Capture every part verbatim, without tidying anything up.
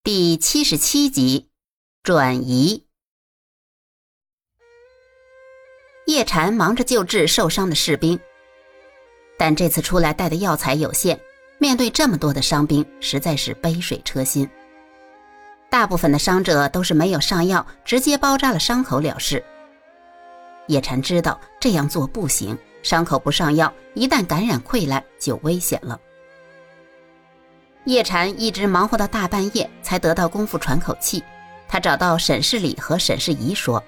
第七十七集转移。叶禅忙着救治受伤的士兵，但这次出来带的药材有限，面对这么多的伤兵，实在是杯水车薪。大部分的伤者都是没有上药，直接包扎了伤口了事。叶禅知道这样做不行，伤口不上药，一旦感染溃烂就危险了。叶禅一直忙活到大半夜才得到功夫喘口气，他找到沈世礼和沈世仪说：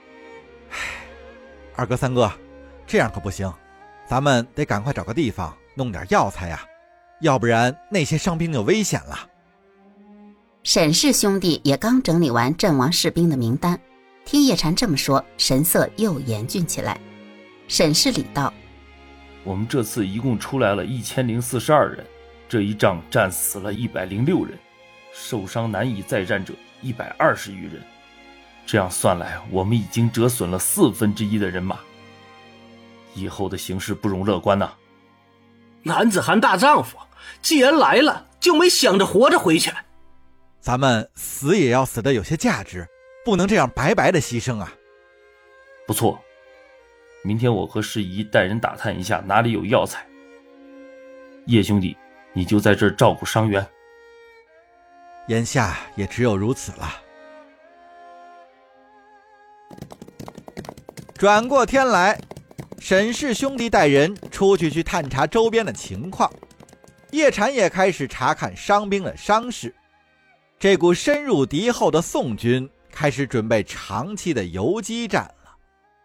二哥三哥，这样可不行，咱们得赶快找个地方弄点药材呀、啊，要不然那些伤兵就危险了。 沈氏兄弟也刚整理完阵亡士兵的名单，听叶禅这么说，神色又严峻起来。沈世礼道： 我们这次一共出来了一千零四十二人，这一仗战死了一百零六人，受伤难以再战者一百二十余人，这样算来，我们已经折损了四分之一的人马，以后的形势不容乐观呐、啊。 男子汉大丈夫，既然来了，就没想着活着回去。 咱们死也要死得有些价值，不能这样白白的牺牲啊。 不错，明天我和世仪带人打探一下哪里有药材。叶兄弟，你就在这儿照顾伤员。 眼下也只有如此了。转过天来，沈氏兄弟带人出去去探查周边的情况，叶禅也开始查看伤兵的伤势。这股深入敌后的宋军开始准备长期的游击战了。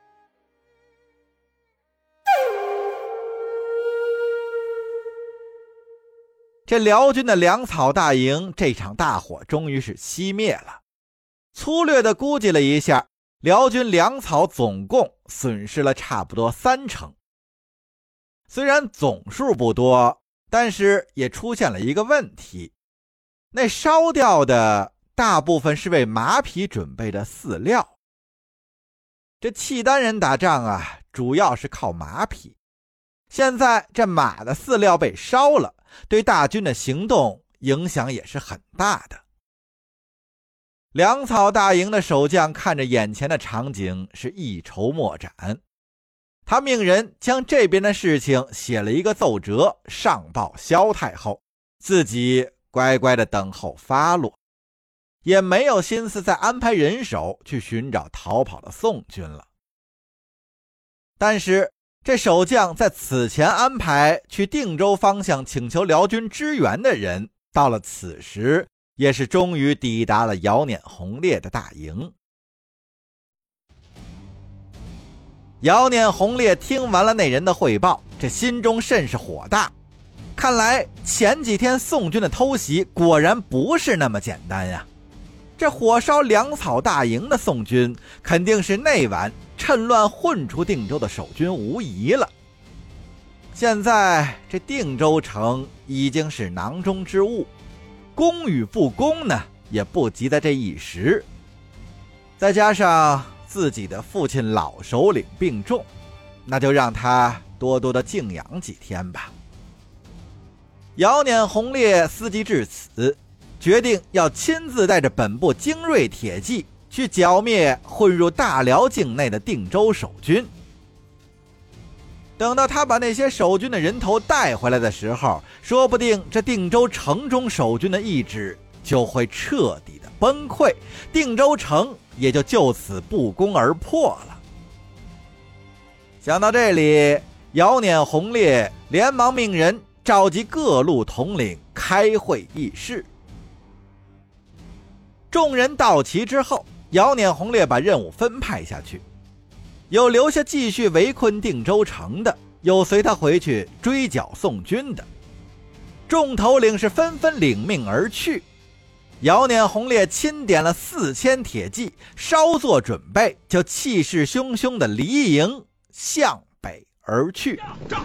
这辽军的粮草大营，这场大火终于是熄灭了。粗略地估计了一下，辽军粮草总共损失了差不多三成。虽然总数不多，但是也出现了一个问题，那烧掉的大部分是为马匹准备的饲料。这契丹人打仗啊，主要是靠马匹，现在这马的饲料被烧了，对大军的行动影响也是很大的。粮草大营的守将看着眼前的场景，是一筹莫展。他命人将这边的事情写了一个奏折，上报萧太后，自己乖乖的等候发落，也没有心思再安排人手去寻找逃跑的宋军了。但是这守将在此前安排去定州方向请求辽军支援的人，到了此时也是终于抵达了姚碾红烈的大营。姚碾红烈听完了那人的汇报，这心中甚是火大，看来前几天宋军的偷袭果然不是那么简单呀。这火烧粮草大营的宋军肯定是那晚趁乱混出定州的守军无疑了。现在这定州城已经是囊中之物，攻与不攻呢，也不急在这一时。再加上自己的父亲老首领病重，那就让他多多的静养几天吧。姚碾红烈思及至此，决定要亲自带着本部精锐铁骑去剿灭混入大辽境内的定州守军。等到他把那些守军的人头带回来的时候，说不定这定州城中守军的意志就会彻底的崩溃，定州城也就就此不攻而破了。想到这里，姚碾红烈连忙命人召集各路统领开会议事。众人到齐之后，姚碾红烈把任务分派下去，有留下继续围困定州城的，有随他回去追剿宋军的。众头领是纷纷领命而去。姚碾红烈钦点了四千铁骑，稍作准备，就气势汹汹的离营向北而去。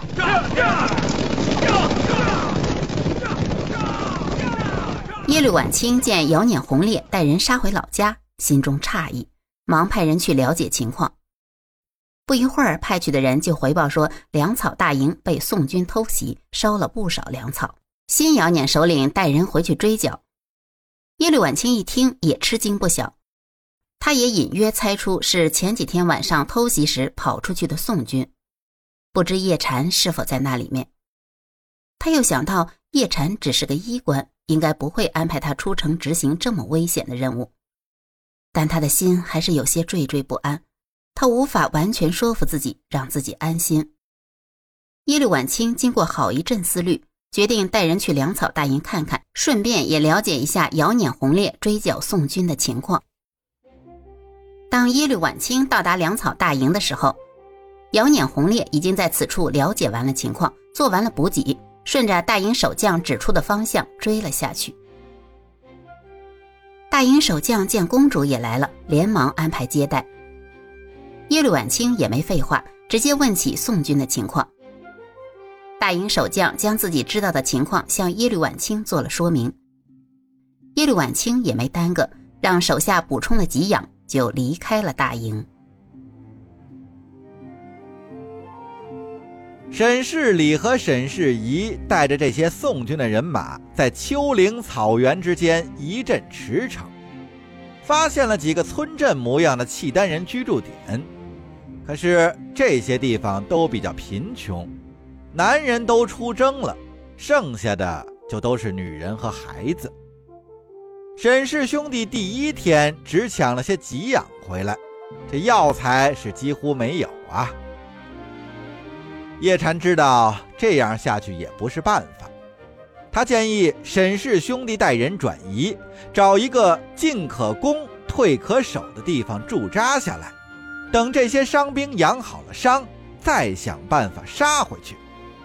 耶律婉清见姚碾红烈带人杀回老家，心中诧异，忙派人去了解情况。不一会儿，派去的人就回报说，粮草大营被宋军偷袭，烧了不少粮草。新姚碾首领带人回去追剿。 耶律婉清一听也吃惊不小，他也隐约猜出是前几天晚上偷袭时跑出去的宋军，不知叶禅是否在那里面。他又想到叶禅只是个医官，应该不会安排他出城执行这么危险的任务，但他的心还是有些惴惴不安，他无法完全说服自己，让自己安心。耶律婉清经过好一阵思虑，决定带人去粮草大营看看，顺便也了解一下姚碾红烈追剿宋军的情况。当耶律婉清到达粮草大营的时候，姚碾红烈已经在此处了解完了情况，做完了补给，顺着大营守将指出的方向追了下去。大营守将见公主也来了，连忙安排接待。耶律婉清也没废话，直接问起宋军的情况。大营守将将自己知道的情况向耶律婉清做了说明。耶律婉清也没耽搁，让手下补充了给养，就离开了大营。 沈世礼和沈世宜带着这些宋军的人马，在丘陵草原之间一阵驰骋，发现了几个村镇模样的契丹人居住点。可是这些地方都比较贫穷，男人都出征了，剩下的就都是女人和孩子。沈氏兄弟第一天只抢了些给养回来，这药材是几乎没有啊。叶禅知道这样下去也不是办法，他建议沈氏兄弟带人转移，找一个进可攻退可守的地方驻扎下来，等这些伤兵养好了伤，再想办法杀回去。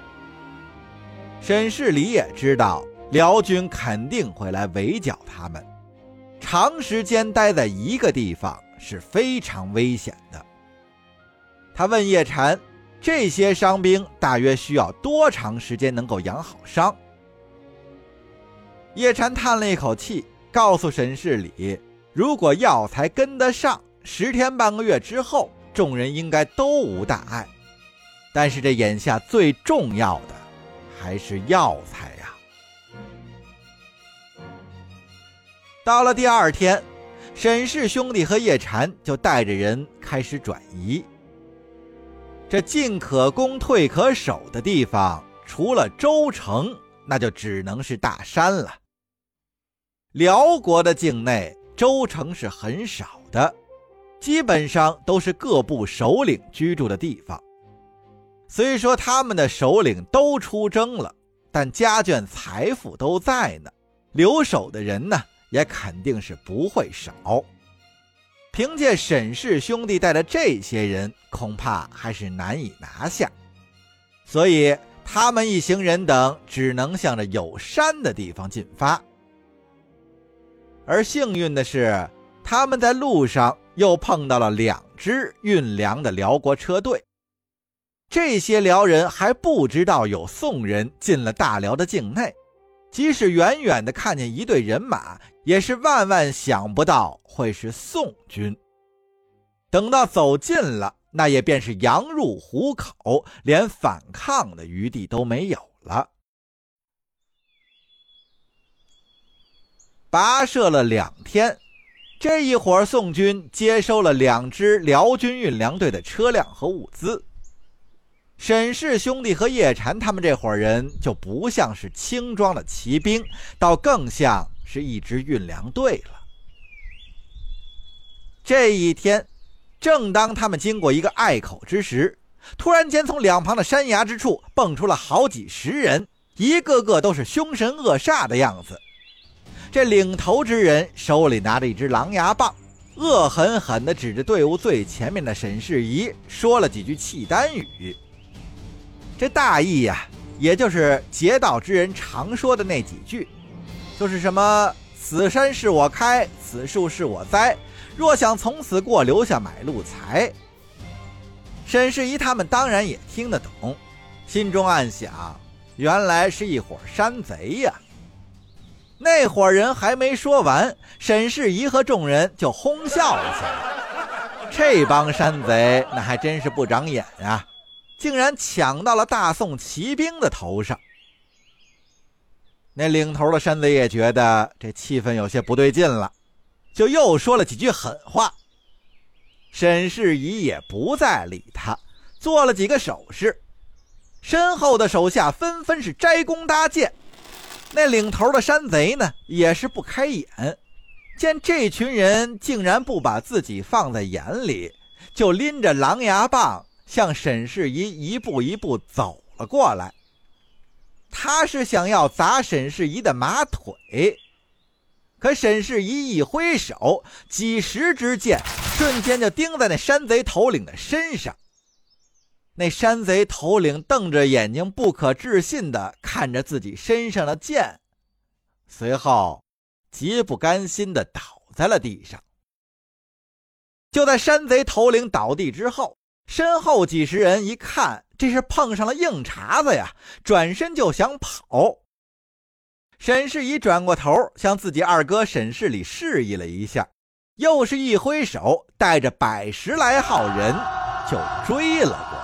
沈世礼也知道辽军肯定会来围剿他们，长时间待在一个地方是非常危险的。他问叶禅，这些伤兵大约需要多长时间能够养好伤？叶禅叹了一口气，告诉沈世礼，如果药材跟得上，十天半个月之后，众人应该都无大碍。但是这眼下最重要的还是药材呀。到了第二天，沈氏兄弟和叶禅就带着人开始转移。这进可攻退可守的地方，除了州城，那就只能是大山了。辽国的境内州城是很少的，基本上都是各部首领居住的地方。虽说他们的首领都出征了，但家眷财富都在呢，留守的人呢也肯定是不会少。凭借沈氏兄弟带的这些人，恐怕还是难以拿下，所以他们一行人等只能向着有山的地方进发。而幸运的是，他们在路上又碰到了两支运粮的辽国车队。这些辽人还不知道有宋人进了大辽的境内，即使远远地看见一队人马，也是万万想不到会是宋军。等到走近了，那也便是羊入虎口，连反抗的余地都没有了。跋涉了两天，这一会儿宋军接收了两支辽军运粮队的车辆和物资。沈氏兄弟和叶禅他们这伙人就不像是轻装的骑兵，倒更像是一支运粮队了。这一天，正当他们经过一个隘口之时，突然间从两旁的山崖之处蹦出了好几十人，一个个都是凶神恶煞的样子。这领头之人手里拿着一支狼牙棒，恶狠狠地指着队伍最前面的沈世宜，说了几句契丹语。这大意呀、啊，也就是劫道之人常说的那几句，就是什么此山是我开，此树是我栽，若想从此过，留下买路财。沈世宜他们当然也听得懂，心中暗想，原来是一伙山贼呀。那伙人还没说完，沈世宜和众人就哄笑了起来。这帮山贼那还真是不长眼啊，竟然抢到了大宋骑兵的头上。 那领头的山贼也觉得这气氛有些不对劲了，就又说了几句狠话。沈世宜也不再理他，做了几个手势，身后的手下纷纷是摘弓搭箭。那领头的山贼呢，也是不开眼，见这群人竟然不把自己放在眼里，就拎着狼牙棒向沈世宜一步一步走了过来。他是想要砸沈世宜的马腿，可沈世宜一挥手，几十支箭瞬间就钉在那山贼头领的身上。那山贼头领瞪着眼睛，不可置信地看着自己身上的箭，随后极不甘心地倒在了地上。就在山贼头领倒地之后，身后几十人一看这是碰上了硬茬子呀，转身就想跑。沈世宜转过头向自己二哥沈世礼示意了一下，又是一挥手，带着百十来号人就追了过来。